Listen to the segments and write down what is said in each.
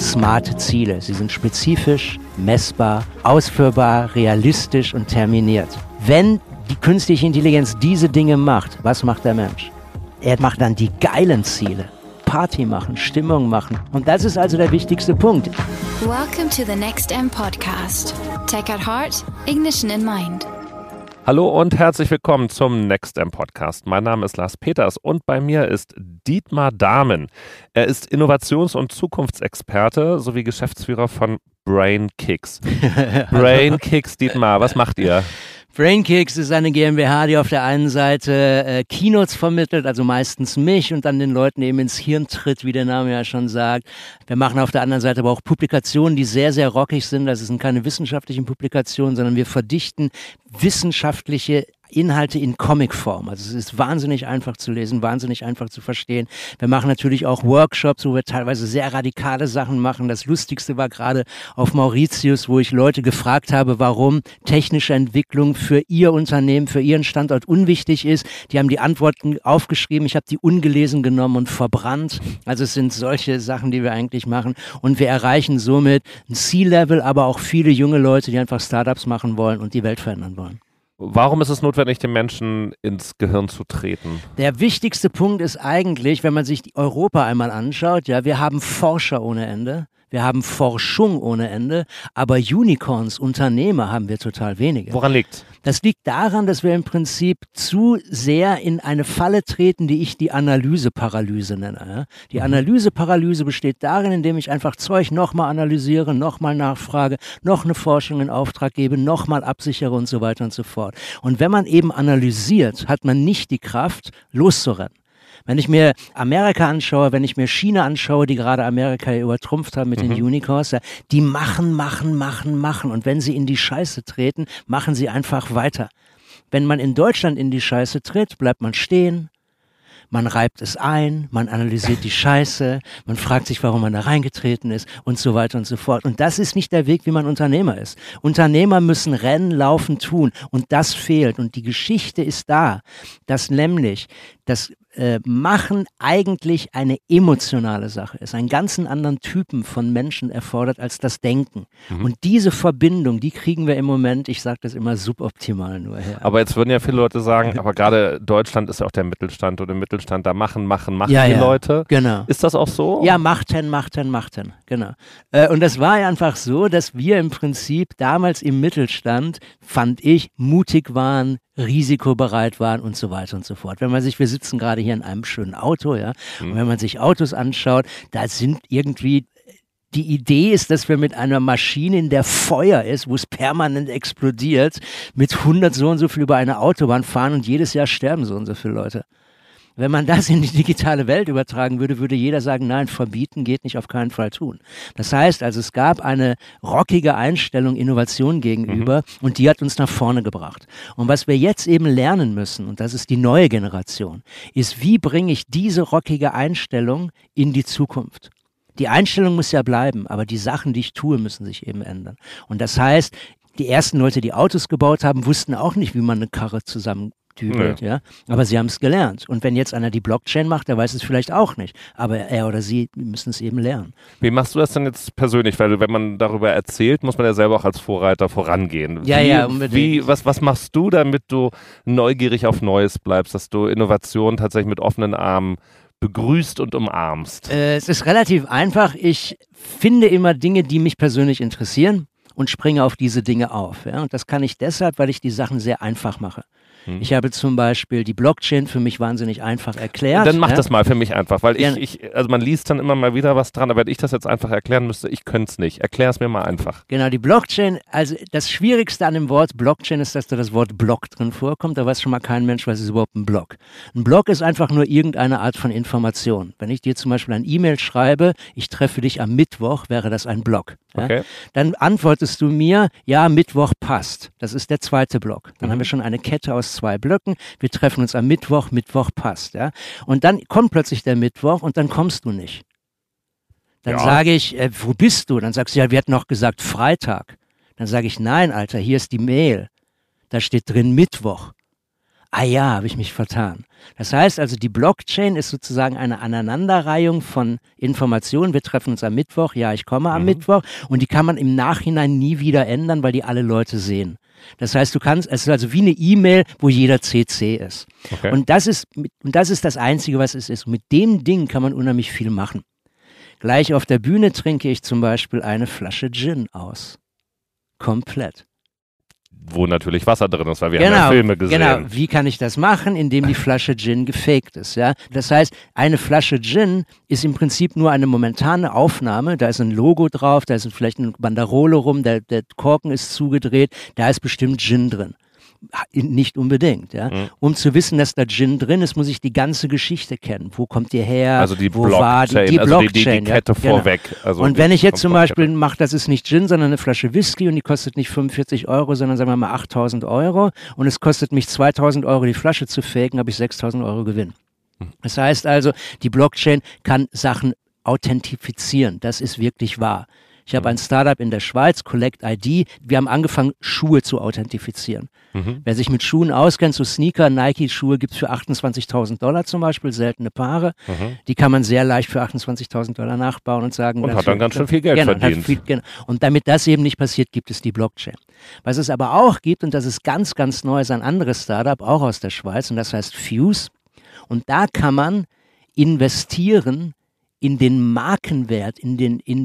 smarte Ziele. Sie sind spezifisch, messbar, ausführbar, realistisch und terminiert. Wenn die künstliche Intelligenz diese Dinge macht, was macht der Mensch? Er macht dann die geilen Ziele. Party machen, Stimmung machen. Und das ist also der wichtigste Punkt. Welcome to the Next M Podcast. Tech at Heart, Ignition in Mind. Hallo und herzlich willkommen zum Next M Podcast. Mein Name ist Lars Peters und bei mir ist Dietmar Dahmen. Er ist Innovations- und Zukunftsexperte sowie Geschäftsführer von BrainKicks. BrainKicks, Dietmar, was macht ihr? BrainKicks ist eine GmbH, die auf der einen Seite Keynotes vermittelt, also meistens mich, und dann den Leuten eben ins Hirn tritt, wie der Name ja schon sagt. Wir machen auf der anderen Seite aber auch Publikationen, die sehr, sehr rockig sind. Das sind keine wissenschaftlichen Publikationen, sondern wir verdichten wissenschaftliche Inhalte in Comicform. Also es ist wahnsinnig einfach zu lesen, wahnsinnig einfach zu verstehen. Wir machen natürlich auch Workshops, wo wir teilweise sehr radikale Sachen machen. Das Lustigste war gerade auf Mauritius, wo ich Leute gefragt habe, warum technische Entwicklung für ihr Unternehmen, für ihren Standort unwichtig ist. Die haben die Antworten aufgeschrieben, ich habe die ungelesen genommen und verbrannt. Also es sind solche Sachen, die wir eigentlich machen. Und wir erreichen somit ein C-Level, aber auch viele junge Leute, die einfach Startups machen wollen und die Welt verändern wollen. Warum ist es notwendig, den Menschen ins Gehirn zu treten? Der wichtigste Punkt ist eigentlich, wenn man sich Europa einmal anschaut, ja, wir haben Forscher ohne Ende, wir haben Forschung ohne Ende, aber Unicorns, Unternehmer haben wir total wenige. Woran liegt's? Das liegt daran, dass wir im Prinzip zu sehr in eine Falle treten, die ich die Analyseparalyse nenne. Ja? Die Analyseparalyse besteht darin, indem ich einfach Zeug nochmal analysiere, nochmal nachfrage, noch eine Forschung in Auftrag gebe, nochmal absichere und so weiter und so fort. Und wenn man eben analysiert, hat man nicht die Kraft, loszurennen. Wenn ich mir Amerika anschaue, wenn ich mir China anschaue, die gerade Amerika übertrumpft haben mit den Unicorns, ja, die machen. Und wenn sie in die Scheiße treten, machen sie einfach weiter. Wenn man in Deutschland in die Scheiße tritt, bleibt man stehen. Man reibt es ein, man analysiert die Scheiße, man fragt sich, warum man da reingetreten ist und so weiter und so fort. Und das ist nicht der Weg, wie man Unternehmer ist. Unternehmer müssen rennen, laufen, tun und das fehlt. Und die Geschichte ist da, dass nämlich das Machen eigentlich eine emotionale Sache ist, einen ganzen anderen Typen von Menschen erfordert als das Denken. Und diese Verbindung, die kriegen wir im Moment, ich sage das immer, suboptimal nur her. Aber jetzt würden ja viele Leute sagen, aber gerade Deutschland ist ja auch der Mittelstand und im Mittelstand, da machen ja, die ja, Leute. Genau. Ist das auch so? Ja, machten, genau. Und das war ja einfach so, dass wir im Prinzip damals im Mittelstand, fand ich, mutig waren, risikobereit waren und so weiter und so fort. Wenn man sich, wir sitzen gerade hier in einem schönen Auto, ja, und wenn man sich Autos anschaut, da sind irgendwie, die Idee ist, dass wir mit einer Maschine, in der Feuer ist, wo es permanent explodiert, mit 100 so und so viel über eine Autobahn fahren und jedes Jahr sterben so und so viele Leute. Wenn man das in die digitale Welt übertragen würde, würde jeder sagen, nein, verbieten geht nicht, auf keinen Fall tun. Das heißt also, es gab eine rockige Einstellung Innovation gegenüber und die hat uns nach vorne gebracht. Und was wir jetzt eben lernen müssen, und das ist die neue Generation, ist, wie bringe ich diese rockige Einstellung in die Zukunft? Die Einstellung muss ja bleiben, aber die Sachen, die ich tue, müssen sich eben ändern. Und das heißt, die ersten Leute, die Autos gebaut haben, wussten auch nicht, wie man eine Karre zusammendübelt, ja. Aber sie haben es gelernt. Und wenn jetzt einer die Blockchain macht, der weiß es vielleicht auch nicht. Aber er oder sie müssen es eben lernen. Wie machst du das denn jetzt persönlich? Weil wenn man darüber erzählt, muss man ja selber auch als Vorreiter vorangehen. Ja, unbedingt. Was machst du, damit du neugierig auf Neues bleibst, dass du Innovation tatsächlich mit offenen Armen begrüßt und umarmst? Es ist relativ einfach. Ich finde immer Dinge, die mich persönlich interessieren und springe auf diese Dinge auf. Ja? Und das kann ich deshalb, weil ich die Sachen sehr einfach mache. Ich habe zum Beispiel die Blockchain für mich wahnsinnig einfach erklärt. Dann mach das mal für mich einfach, weil also man liest dann immer mal wieder was dran, aber wenn ich das jetzt einfach erklären müsste, ich könnte es nicht. Erklär es mir mal einfach. Genau, die Blockchain, also das Schwierigste an dem Wort Blockchain ist, dass da das Wort Block drin vorkommt. Da weiß schon mal kein Mensch, was ist überhaupt ein Block. Ein Block ist einfach nur irgendeine Art von Information. Wenn ich dir zum Beispiel ein E-Mail schreibe, ich treffe dich am Mittwoch, wäre das ein Block. Ja? Okay. Dann antwortest du mir, ja, Mittwoch passt. Das ist der zweite Block. Dann haben wir schon eine Kette aus 2 Blöcken. Wir treffen uns am Mittwoch, Mittwoch passt. Ja? Und dann kommt plötzlich der Mittwoch und dann kommst du nicht. Dann sage ich, wo bist du? Dann sagst du, ja, wir hatten noch gesagt Freitag. Dann sage ich, nein, Alter, hier ist die Mail. Da steht drin Mittwoch. Habe ich mich vertan. Das heißt also, die Blockchain ist sozusagen eine Aneinanderreihung von Informationen. Wir treffen uns am Mittwoch, ich komme am Mittwoch, und die kann man im Nachhinein nie wieder ändern, weil die alle Leute sehen. Das heißt, es ist also wie eine E-Mail, wo jeder CC ist. Okay. Und das ist das Einzige, was es ist. Und mit dem Ding kann man unheimlich viel machen. Gleich auf der Bühne trinke ich zum Beispiel eine Flasche Gin aus. Komplett. Wo natürlich Wasser drin ist, weil wir haben ja Filme gesehen. Genau, wie kann ich das machen? Indem die Flasche Gin gefaked ist. Ja? Das heißt, eine Flasche Gin ist im Prinzip nur eine momentane Aufnahme. Da ist ein Logo drauf, da ist vielleicht eine Banderole rum, der Korken ist zugedreht, da ist bestimmt Gin drin. Nicht unbedingt. Ja? Um zu wissen, dass da Gin drin ist, muss ich die ganze Geschichte kennen. Wo kommt ihr her? Also die wo Blockchain, war die Blockchain, die Kette vorweg. Genau. Also und wenn ich jetzt zum Beispiel mache, das ist nicht Gin, sondern eine Flasche Whisky und die kostet nicht 45 €, sondern sagen wir mal 8.000 € und es kostet mich 2.000 € die Flasche zu faken, habe ich 6.000 € Gewinn. Das heißt also, die Blockchain kann Sachen authentifizieren. Das ist wirklich wahr. Ich habe ein Startup in der Schweiz, Collect ID. Wir haben angefangen, Schuhe zu authentifizieren. Wer sich mit Schuhen auskennt, so Sneaker, Nike-Schuhe gibt es für 28.000 $ zum Beispiel, seltene Paare. Die kann man sehr leicht für 28.000 $ nachbauen und sagen. Und hat dann ganz schön viel Geld verdient. Und damit das eben nicht passiert, gibt es die Blockchain. Was es aber auch gibt, und das ist ganz, ganz neu, ist ein anderes Startup, auch aus der Schweiz, und das heißt Fuse. Und da kann man investieren in den Markenwert, in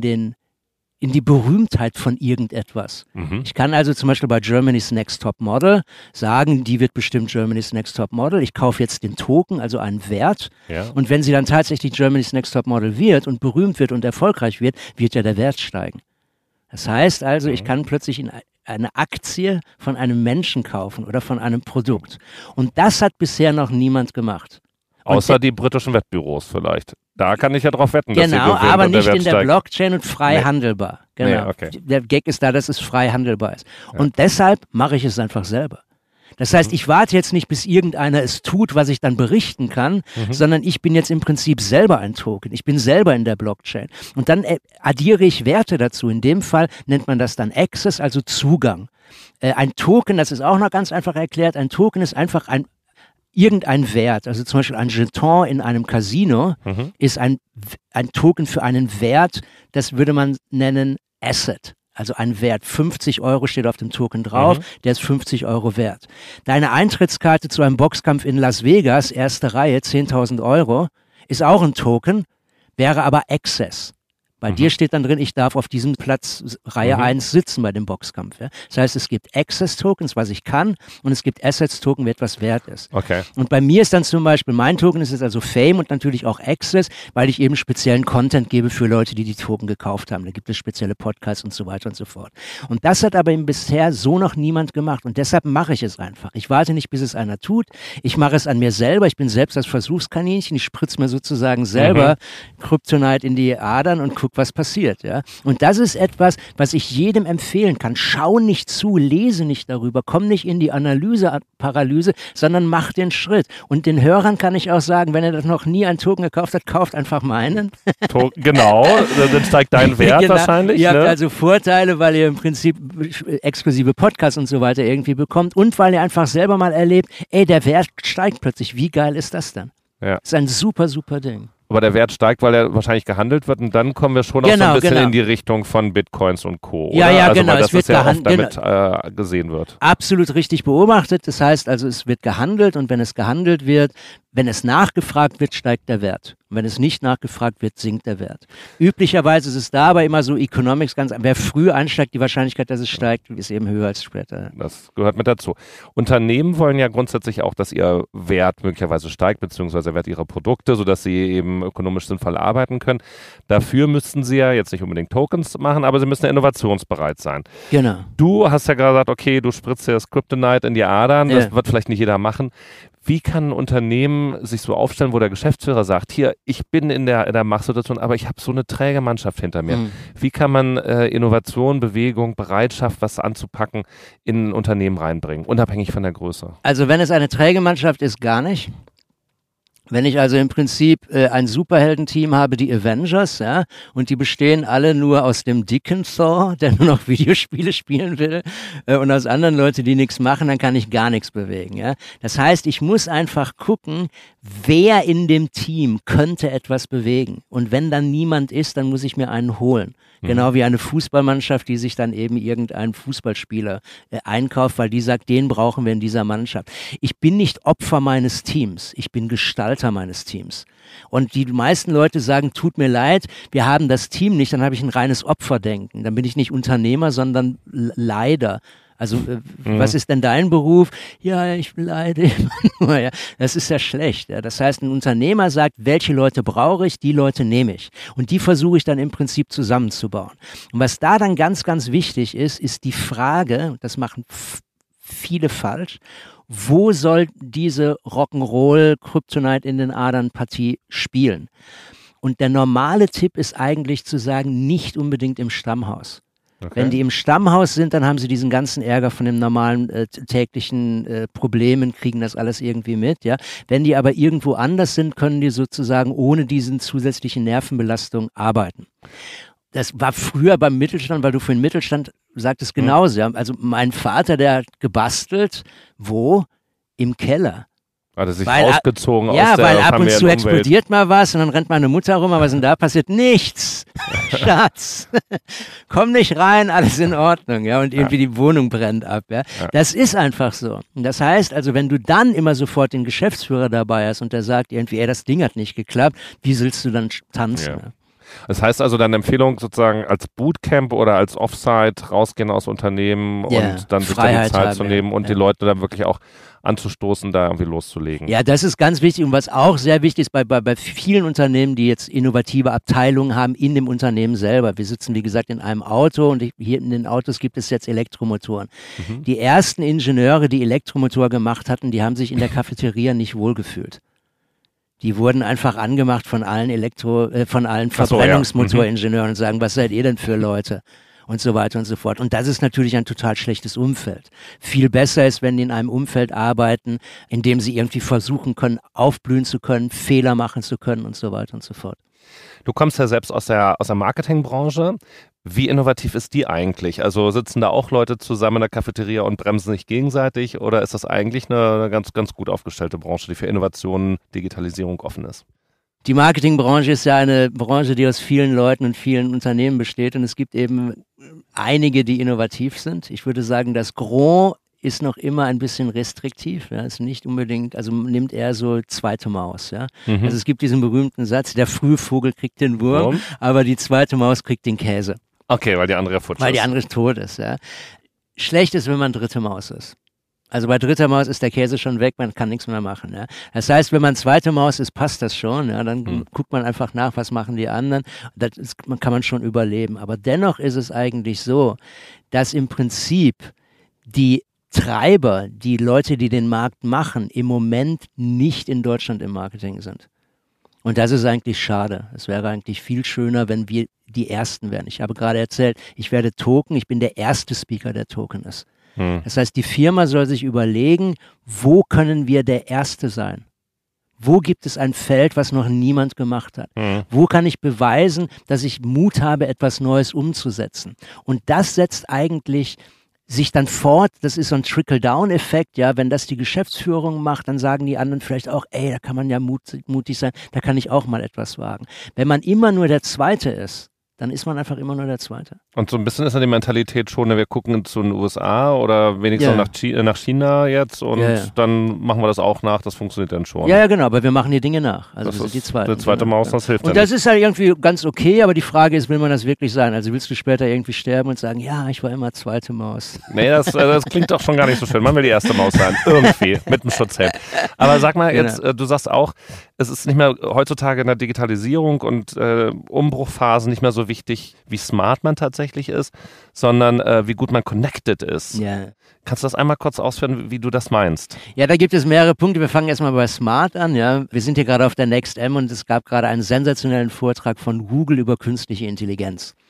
die Berühmtheit von irgendetwas. Ich kann also zum Beispiel bei Germany's Next Top Model sagen, die wird bestimmt Germany's Next Top Model. Ich kaufe jetzt den Token, also einen Wert. Ja. Und wenn sie dann tatsächlich Germany's Next Top Model wird und berühmt wird und erfolgreich wird ja der Wert steigen. Das heißt also, ich kann plötzlich eine Aktie von einem Menschen kaufen oder von einem Produkt. Und das hat bisher noch niemand gemacht. Außer die britischen Wettbüros vielleicht. Da kann ich ja drauf wetten, dass sie gewinnen aber und nicht der Wert in der steigt. Blockchain und frei handelbar. Genau. Nee, okay. Der Gag ist da, dass es frei handelbar ist. Ja. Und deshalb mache ich es einfach selber. Das heißt, ich warte jetzt nicht, bis irgendeiner es tut, was ich dann berichten kann, sondern ich bin jetzt im Prinzip selber ein Token. Ich bin selber in der Blockchain. Und dann addiere ich Werte dazu. In dem Fall nennt man das dann Access, also Zugang. Ein Token, das ist auch noch ganz einfach erklärt, ein Token ist einfach irgendein Wert, also zum Beispiel ein Jeton in einem Casino ist ein Token für einen Wert, das würde man nennen Asset. Also ein Wert, 50 € steht auf dem Token drauf, der ist 50 € wert. Deine Eintrittskarte zu einem Boxkampf in Las Vegas, erste Reihe, 10.000 €, ist auch ein Token, wäre aber Access. Bei dir steht dann drin, ich darf auf diesem Platz Reihe 1 sitzen bei dem Boxkampf. Ja? Das heißt, es gibt Access-Tokens, was ich kann, und es gibt Assets-Token, wie etwas wert ist. Okay. Und bei mir ist dann zum Beispiel, mein Token ist jetzt also Fame und natürlich auch Access, weil ich eben speziellen Content gebe für Leute, die die Token gekauft haben. Da gibt es spezielle Podcasts und so weiter und so fort. Und das hat aber eben bisher so noch niemand gemacht und deshalb mache ich es einfach. Ich warte nicht, bis es einer tut. Ich mache es an mir selber. Ich bin selbst das Versuchskaninchen. Ich spritze mir sozusagen selber Kryptonite in die Adern und gucke, was passiert. Ja? Und das ist etwas, was ich jedem empfehlen kann. Schau nicht zu, lese nicht darüber, komm nicht in die Analyse-Paralyse, sondern mach den Schritt. Und den Hörern kann ich auch sagen, wenn er das noch nie einen Token gekauft hat, kauft einfach meinen. Genau, dann steigt dein Wert wahrscheinlich. Ihr habt also Vorteile, weil ihr im Prinzip exklusive Podcasts und so weiter irgendwie bekommt und weil ihr einfach selber mal erlebt, der Wert steigt plötzlich. Wie geil ist das dann? Ja. Das ist ein super, super Ding. Aber der Wert steigt, weil er wahrscheinlich gehandelt wird und dann kommen wir schon auch so ein bisschen in die Richtung von Bitcoins und Co. Oder? Ja, also, genau. Weil das ja oft damit gesehen wird. Absolut richtig beobachtet. Das heißt also, es wird gehandelt und wenn es gehandelt wird, wenn es nachgefragt wird, steigt der Wert. Und wenn es nicht nachgefragt wird, sinkt der Wert. Üblicherweise ist es da aber immer so Economics, wer früh einsteigt, die Wahrscheinlichkeit, dass es steigt, ist eben höher als später. Das gehört mit dazu. Unternehmen wollen ja grundsätzlich auch, dass ihr Wert möglicherweise steigt, beziehungsweise der Wert ihrer Produkte, sodass sie eben ökonomisch sinnvoll arbeiten können. Dafür müssten sie ja jetzt nicht unbedingt Tokens machen, aber sie müssen ja innovationsbereit sein. Genau. Du hast ja gerade gesagt, okay, du spritzt dir das Kryptonite in die Adern, das wird vielleicht nicht jeder machen. Wie kann ein Unternehmen sich so aufstellen, wo der Geschäftsführer sagt, hier, ich bin in der Machtsituation, aber ich habe so eine träge Mannschaft hinter mir. Wie kann man Innovation, Bewegung, Bereitschaft, was anzupacken, in ein Unternehmen reinbringen, unabhängig von der Größe? Also wenn es eine träge Mannschaft ist, gar nicht. Wenn ich also im Prinzip ein Superheldenteam habe, die Avengers, ja, und die bestehen alle nur aus dem dicken Thor, der nur noch Videospiele spielen will, und aus anderen Leuten, die nichts machen, dann kann ich gar nichts bewegen, ja. Das heißt, ich muss einfach gucken, wer in dem Team könnte etwas bewegen. Und wenn dann niemand ist, dann muss ich mir einen holen. Genau wie eine Fußballmannschaft, die sich dann eben irgendeinen Fußballspieler einkauft, weil die sagt, den brauchen wir in dieser Mannschaft. Ich bin nicht Opfer meines Teams, ich bin Gestalter meines Teams. Und die meisten Leute sagen, tut mir leid, wir haben das Team nicht, dann habe ich ein reines Opferdenken. Dann bin ich nicht Unternehmer, sondern Leider. Also was ist denn dein Beruf? Ja, ich leide immer nur. Ja. Das ist ja schlecht. Ja. Das heißt, ein Unternehmer sagt, welche Leute brauche ich, die Leute nehme ich. Und die versuche ich dann im Prinzip zusammenzubauen. Und was da dann ganz, ganz wichtig ist, ist die Frage, das machen viele falsch, wo soll diese Rock'n'Roll Kryptonite in den Adern Partie spielen? Und der normale Tipp ist eigentlich zu sagen, nicht unbedingt im Stammhaus. Okay. Wenn die im Stammhaus sind, dann haben sie diesen ganzen Ärger von den normalen täglichen Problemen, kriegen das alles irgendwie mit. Ja? Wenn die aber irgendwo anders sind, können die sozusagen ohne diesen zusätzlichen Nervenbelastung arbeiten. Das war früher beim Mittelstand, weil du für den Mittelstand sagtest genauso. Ja? Also mein Vater, der hat gebastelt, wo? Im Keller. Hat er sich ausgezogen aus der weil ab und zu Umwelt. Explodiert mal was und dann rennt meine Mutter rum, aber was denn da passiert? Nichts. Schatz, komm nicht rein, alles in Ordnung. Ja, und irgendwie die Wohnung brennt ab. Ja. Das ist einfach so. Und das heißt also, wenn du dann immer sofort den Geschäftsführer dabei hast und der sagt irgendwie, das Ding hat nicht geklappt, wie willst du dann tanzen? Ja. Das heißt also deine Empfehlung sozusagen als Bootcamp oder als Offsite rausgehen aus Unternehmen und dann sich da die Zeit zu nehmen und die Leute dann wirklich auch anzustoßen, da irgendwie loszulegen. Ja, das ist ganz wichtig und was auch sehr wichtig ist bei vielen Unternehmen, die jetzt innovative Abteilungen haben in dem Unternehmen selber. Wir sitzen, wie gesagt, in einem Auto und hier in den Autos gibt es jetzt Elektromotoren. Die ersten Ingenieure, die Elektromotor gemacht hatten, die haben sich in der Cafeteria nicht wohlgefühlt. Die wurden einfach angemacht von allen Verbrennungsmotoringenieuren und sagen, was seid ihr denn für Leute? Und so weiter und so fort. Und das ist natürlich ein total schlechtes Umfeld. Viel besser ist, wenn die in einem Umfeld arbeiten, in dem sie irgendwie versuchen können, aufblühen zu können, Fehler machen zu können und so weiter und so fort. Du kommst ja selbst aus der Marketingbranche. Wie innovativ ist die eigentlich? Also sitzen da auch Leute zusammen in der Cafeteria und bremsen sich gegenseitig oder ist das eigentlich eine ganz, ganz gut aufgestellte Branche, die für Innovationen, Digitalisierung offen ist? Die Marketingbranche ist ja eine Branche, die aus vielen Leuten und vielen Unternehmen besteht und es gibt eben einige, die innovativ sind. Ich würde sagen, das Gros ist noch immer ein bisschen restriktiv, ja, ist nicht unbedingt, also nimmt eher so zweite Maus, ja. Also es gibt diesen berühmten Satz, der Frühvogel kriegt den Wurm, aber die zweite Maus kriegt den Käse. Okay, weil die andere futsch ist. Weil die andere tot ist, ja. Schlecht ist, wenn man dritte Maus ist. Also bei dritter Maus ist der Käse schon weg, man kann nichts mehr machen. Ja. Das heißt, wenn man zweite Maus ist, passt das schon. Ja. Dann guckt man einfach nach, was machen die anderen. Kann man schon überleben. Aber dennoch ist es eigentlich so, dass im Prinzip die Treiber, die Leute, die den Markt machen, im Moment nicht in Deutschland im Marketing sind. Und das ist eigentlich schade. Es wäre eigentlich viel schöner, wenn wir die Ersten wären. Ich habe gerade erzählt, ich werde Token, ich bin der erste Speaker, der Token ist. Das heißt, die Firma soll sich überlegen, wo können wir der Erste sein? Wo gibt es ein Feld, was noch niemand gemacht hat? Wo kann ich beweisen, dass ich Mut habe, etwas Neues umzusetzen? Und das setzt eigentlich sich dann fort, das ist so ein Trickle-Down-Effekt, ja, wenn das die Geschäftsführung macht, dann sagen die anderen vielleicht auch, da kann man ja mutig sein, da kann ich auch mal etwas wagen. Wenn man immer nur der Zweite ist, dann ist man einfach immer nur der Zweite. Und so ein bisschen ist ja die Mentalität schon, wir gucken zu den USA oder wenigstens nach China jetzt und dann machen wir das auch nach, das funktioniert dann schon. Ja, genau, aber wir machen die Dinge nach. Also das wir sind die Zweiten. Die zweite Maus, das hilft. Und das ist halt irgendwie ganz okay, aber die Frage ist, will man das wirklich sein? Also willst du später irgendwie sterben und sagen, ja, ich war immer zweite Maus? Nee, das klingt doch schon gar nicht so schön. Man will die erste Maus sein, irgendwie, mit einem Schutzhelm. Aber sag mal jetzt, du sagst auch, es ist nicht mehr heutzutage in der Digitalisierung und Umbruchphasen nicht mehr so wichtig, wie smart man tatsächlich ist, sondern wie gut man connected ist. Ja. Kannst du das einmal kurz ausführen, wie du das meinst? Ja, da gibt es mehrere Punkte. Wir fangen erstmal bei Smart an. Ja. Wir sind hier gerade auf der NextM und es gab gerade einen sensationellen Vortrag von Google über künstliche Intelligenz.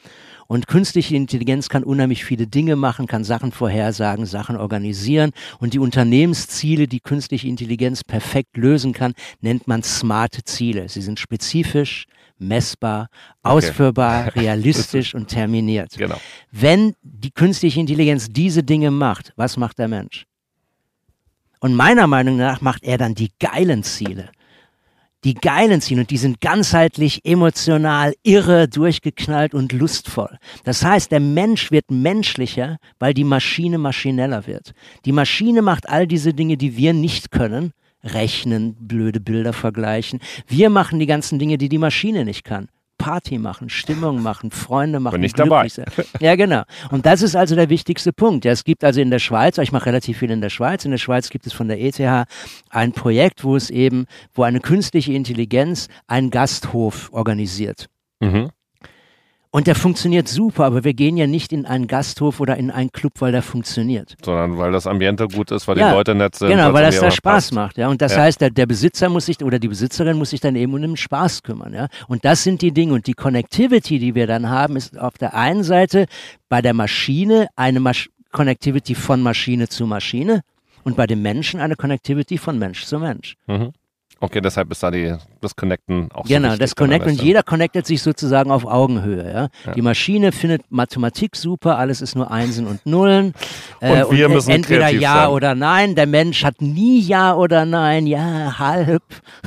Und künstliche Intelligenz kann unheimlich viele Dinge machen, kann Sachen vorhersagen, Sachen organisieren. Und die Unternehmensziele, die künstliche Intelligenz perfekt lösen kann, nennt man smarte Ziele. Sie sind spezifisch, messbar, ausführbar, realistisch und terminiert. Genau. Wenn die künstliche Intelligenz diese Dinge macht, was macht der Mensch? Und meiner Meinung nach macht er dann die geilen Ziele. Die geilen Ziele, und die sind ganzheitlich, emotional, irre, durchgeknallt und lustvoll. Das heißt, der Mensch wird menschlicher, weil die Maschine maschineller wird. Die Maschine macht all diese Dinge, die wir nicht können. Rechnen, blöde Bilder vergleichen. Wir machen die ganzen Dinge, die die Maschine nicht kann. Party machen, Stimmung machen, Freunde machen, bin ich dabei. Sein. Ja, genau. Und das ist also der wichtigste Punkt. Ja, es gibt also in der Schweiz, ich mache relativ viel in der Schweiz gibt es von der ETH ein Projekt, wo eine künstliche Intelligenz einen Gasthof organisiert. Mhm. Und der funktioniert super, aber wir gehen ja nicht in einen Gasthof oder in einen Club, weil der funktioniert. Sondern weil das Ambiente gut ist, weil die Leute nett sind. Genau, weil das da Spaß macht. Ja. Und das heißt, der Besitzer muss sich oder die Besitzerin muss sich dann eben um den Spaß kümmern. Ja. Und das sind die Dinge. Und die Connectivity, die wir dann haben, ist auf der einen Seite bei der Maschine eine Connectivity von Maschine zu Maschine und bei dem Menschen eine Connectivity von Mensch zu Mensch. Mhm. Okay, deshalb ist da das Connecten auch so genau, wichtig. Das Connecten und jeder connectet sich sozusagen auf Augenhöhe. Ja? Die Maschine findet Mathematik super, alles ist nur Einsen und Nullen. Und wir müssen entweder kreativ Ja sein. oder Nein. Der Mensch hat nie Ja oder Nein, ja, halb.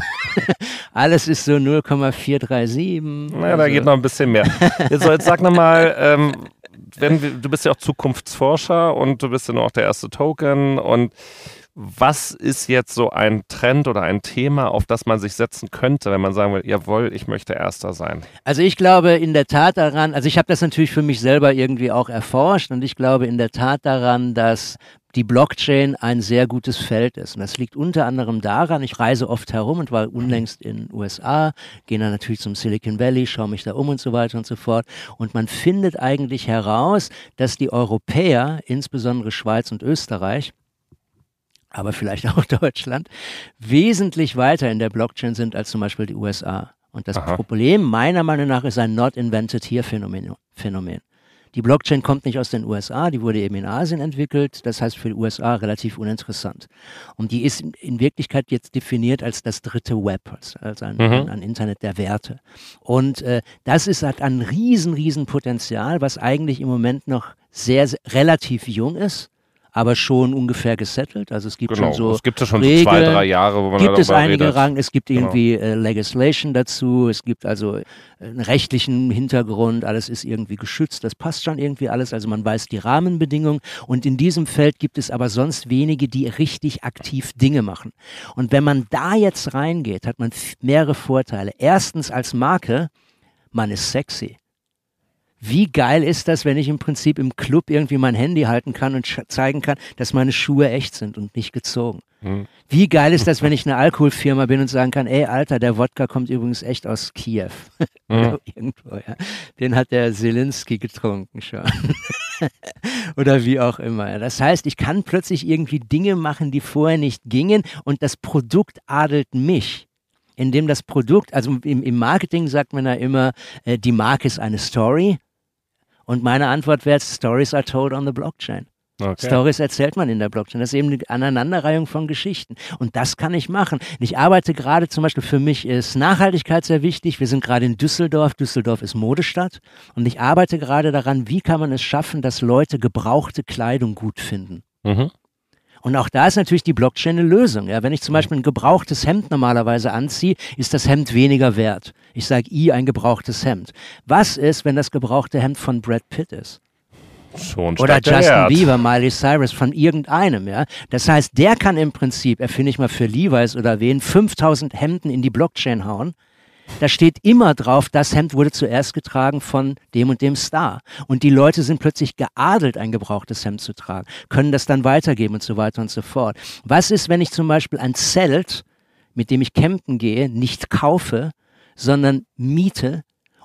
Alles ist so 0,437. Naja, da geht noch ein bisschen mehr. Jetzt sag nochmal, du bist ja auch Zukunftsforscher und du bist ja nur auch der erste Token und was ist jetzt so ein Trend oder ein Thema, auf das man sich setzen könnte, wenn man sagen will, jawohl, ich möchte Erster sein? Also ich glaube in der Tat daran, also ich habe das natürlich für mich selber irgendwie auch erforscht und ich glaube in der Tat daran, dass die Blockchain ein sehr gutes Feld ist. Und das liegt unter anderem daran, ich reise oft herum und war unlängst in den USA, gehe dann natürlich zum Silicon Valley, schaue mich da um und so weiter und so fort. Und man findet eigentlich heraus, dass die Europäer, insbesondere Schweiz und Österreich, aber vielleicht auch Deutschland, wesentlich weiter in der Blockchain sind als zum Beispiel die USA. Und das Problem meiner Meinung nach ist ein Not Invented Here Phänomen. Die Blockchain kommt nicht aus den USA, die wurde eben in Asien entwickelt, das heißt für die USA relativ uninteressant. Und die ist in Wirklichkeit jetzt definiert als das dritte Web, als ein Internet der Werte. Und das hat ein riesen Potenzial, was eigentlich im Moment noch relativ jung ist, aber schon ungefähr gesettelt. Also es gibt schon so es gibt ja schon Regeln, so 2-3 Jahre, wo man gibt es einige redet. Rang, es gibt irgendwie Legislation dazu, es gibt also einen rechtlichen Hintergrund, alles ist irgendwie geschützt, das passt schon irgendwie alles, also man weiß die Rahmenbedingungen und in diesem Feld gibt es aber sonst wenige, die richtig aktiv Dinge machen. Und wenn man da jetzt reingeht, hat man mehrere Vorteile. Erstens als Marke, man ist sexy. Wie geil ist das, wenn ich im Prinzip im Club irgendwie mein Handy halten kann und zeigen kann, dass meine Schuhe echt sind und nicht gezogen? Wie geil ist das, wenn ich eine Alkoholfirma bin und sagen kann, ey Alter, der Wodka kommt übrigens echt aus Kiew. Oder irgendwo, ja. Den hat der Zelensky getrunken schon. Oder wie auch immer. Das heißt, ich kann plötzlich irgendwie Dinge machen, die vorher nicht gingen und das Produkt adelt mich. Indem das Produkt, also im Marketing sagt man ja immer, die Marke ist eine Story. Und meine Antwort wäre, Stories are told on the Blockchain. Okay. Stories erzählt man in der Blockchain. Das ist eben eine Aneinanderreihung von Geschichten. Und das kann ich machen. Ich arbeite gerade zum Beispiel, für mich ist Nachhaltigkeit sehr wichtig. Wir sind gerade in Düsseldorf. Düsseldorf ist Modestadt. Und ich arbeite gerade daran, wie kann man es schaffen, dass Leute gebrauchte Kleidung gut finden. Und auch da ist natürlich die Blockchain eine Lösung. Ja, wenn ich zum Beispiel ein gebrauchtes Hemd normalerweise anziehe, ist das Hemd weniger wert. Ich sage ein gebrauchtes Hemd. Was ist, wenn das gebrauchte Hemd von Brad Pitt ist? Schon oder Justin Bieber, Miley Cyrus, von irgendeinem. Ja? Das heißt, der kann im Prinzip, erfinde ich mal für Levi's oder wen, 5000 Hemden in die Blockchain hauen. Da steht immer drauf, das Hemd wurde zuerst getragen von dem und dem Star. Und die Leute sind plötzlich geadelt, ein gebrauchtes Hemd zu tragen, können das dann weitergeben und so weiter und so fort. Was ist, wenn ich zum Beispiel ein Zelt, mit dem ich campen gehe, nicht kaufe, sondern miete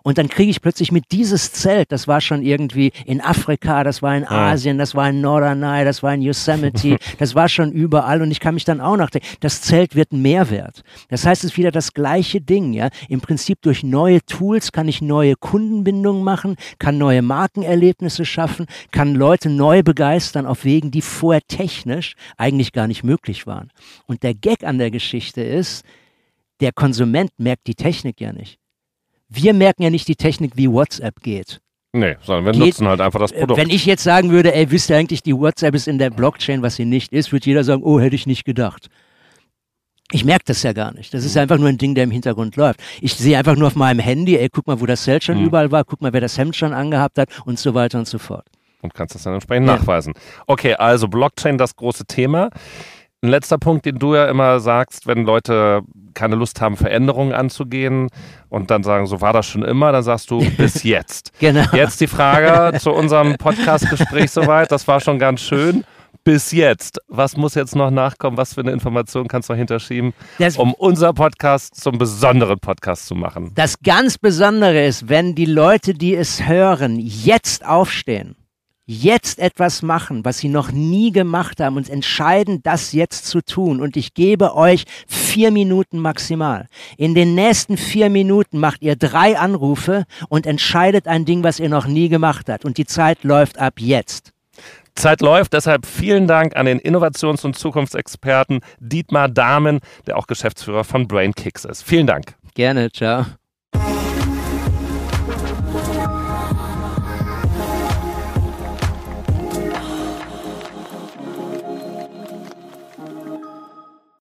Und dann kriege ich plötzlich mit dieses Zelt, das war schon irgendwie in Afrika, das war in Asien, das war in Norderney, das war in Yosemite, das war schon überall und ich kann mich dann auch noch denken, das Zelt wird ein Mehrwert. Das heißt, es ist wieder das gleiche Ding, ja. Im Prinzip durch neue Tools kann ich neue Kundenbindungen machen, kann neue Markenerlebnisse schaffen, kann Leute neu begeistern auf Wegen, die vorher technisch eigentlich gar nicht möglich waren. Und der Gag an der Geschichte ist, der Konsument merkt die Technik ja nicht. Wir merken ja nicht die Technik, wie WhatsApp geht. Nee, sondern wir nutzen halt einfach das Produkt. Wenn ich jetzt sagen würde, ey, wisst ihr eigentlich, die WhatsApp ist in der Blockchain, was sie nicht ist, würde jeder sagen, oh, hätte ich nicht gedacht. Ich merke das ja gar nicht. Das ist einfach nur ein Ding, der im Hintergrund läuft. Ich sehe einfach nur auf meinem Handy, ey, guck mal, wo das Zelt schon überall war, guck mal, wer das Hemd schon angehabt hat und so weiter und so fort. Und kannst das dann entsprechend nachweisen. Okay, also Blockchain, das große Thema. Ein letzter Punkt, den du ja immer sagst, wenn Leute keine Lust haben, Veränderungen anzugehen und dann sagen, so war das schon immer, dann sagst du, bis jetzt. Genau. Jetzt die Frage zu unserem Podcast-Gespräch soweit, das war schon ganz schön. Bis jetzt. Was muss jetzt noch nachkommen? Was für eine Information kannst du noch hinterschieben, um unser Podcast zum besonderen Podcast zu machen? Das ganz Besondere ist, wenn die Leute, die es hören, jetzt aufstehen, jetzt etwas machen, was sie noch nie gemacht haben und entscheiden, das jetzt zu tun. Und ich gebe euch 4 Minuten maximal. In den nächsten 4 Minuten macht ihr 3 Anrufe und entscheidet ein Ding, was ihr noch nie gemacht habt. Und die Zeit läuft ab jetzt. Zeit läuft, deshalb vielen Dank an den Innovations- und Zukunftsexperten Dietmar Dahmen, der auch Geschäftsführer von BrainKicks ist. Vielen Dank. Gerne, ciao.